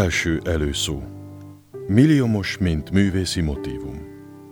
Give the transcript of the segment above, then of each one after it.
Első előszó. Milliómos, mint művészi motívum.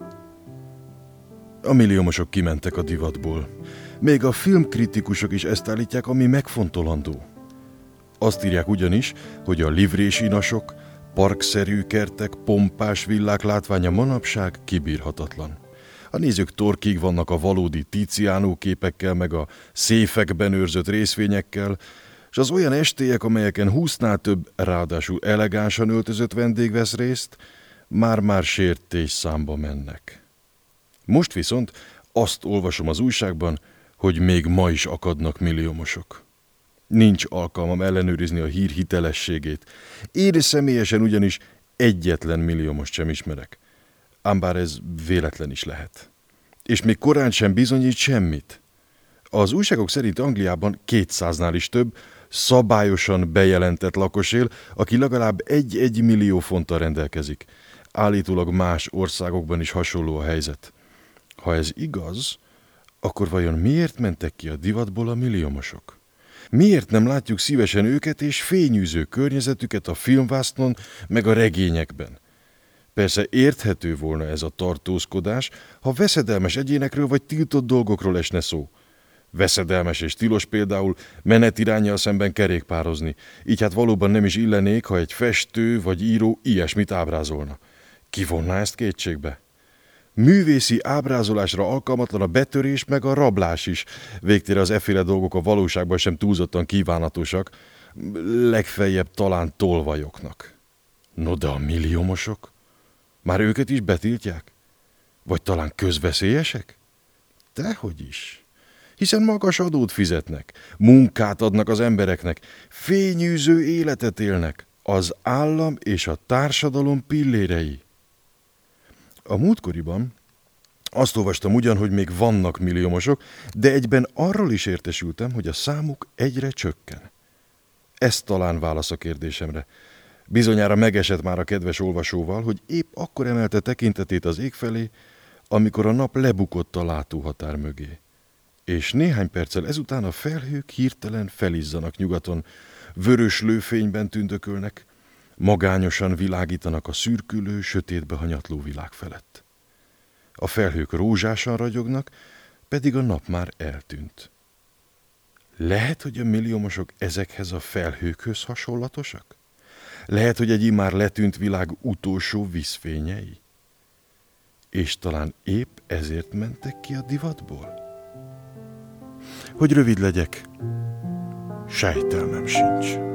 A milliómosok kimentek a divatból. Még a filmkritikusok is ezt állítják, ami megfontolandó. Azt írják ugyanis, hogy a livrés inasok, parkszerű kertek, pompás villák látványa manapság kibírhatatlan. A nézők torkig vannak a valódi Tiziano képekkel, meg a széfekben őrzött részvényekkel, és az olyan estélyek, amelyeken 20-nál több, ráadásul elegánsan öltözött vendég vesz részt, már-már sértésszámba mennek. Most viszont azt olvasom az újságban, hogy még ma is akadnak milliómosok. Nincs alkalmam ellenőrizni a hír hitelességét. Én személyesen ugyanis egyetlen milliómost sem ismerek. Ám bár ez véletlen is lehet. És még korán sem bizonyít semmit. Az újságok szerint Angliában 200-nál is több, szabályosan bejelentett lakos él, aki legalább 1 millió fonttal rendelkezik. Állítólag más országokban is hasonló a helyzet. Ha ez igaz, akkor vajon miért mentek ki a divatból a milliómosok? Miért nem látjuk szívesen őket és fényűző környezetüket a filmvásznon meg a regényekben? Persze érthető volna ez a tartózkodás, ha veszedelmes egyénekről vagy tiltott dolgokról esne szó. Veszedelmes és tilos például menetiránnyal szemben kerékpározni, így hát valóban nem is illenék, ha egy festő vagy író ilyesmit ábrázolna. Ki vonná ezt kétségbe? Művészi ábrázolásra alkalmatlan a betörés meg a rablás is. Végtére az efféle dolgok a valóságban sem túlzottan kívánatosak, legfeljebb talán tolvajoknak. No de a milliómosok? Már őket is betiltják? Vagy talán közveszélyesek? Dehogy is. Hiszen magas adót fizetnek, munkát adnak az embereknek, fényűző életet élnek, az állam és a társadalom pillérei. A múltkoriban azt olvastam ugyan, hogy még vannak milliómosok, de egyben arról is értesültem, hogy a számuk egyre csökken. Ez talán válasz a kérdésemre. Bizonyára megesett már a kedves olvasóval, hogy épp akkor emelte tekintetét az ég felé, amikor a nap lebukott a látóhatár mögé. És néhány perccel ezután a felhők hirtelen felizzanak nyugaton, vörös lőfényben tündökölnek, magányosan világítanak a szürkülő, sötétbe hanyatló világ felett. A felhők rózsásan ragyognak, pedig a nap már eltűnt. Lehet, hogy a milliómosok ezekhez a felhőkhöz hasonlatosak? Lehet, hogy egy immár letűnt világ utolsó vízfényei? És talán épp ezért mentek ki a divatból? Hogy rövid legyek, sejtelmem sincs.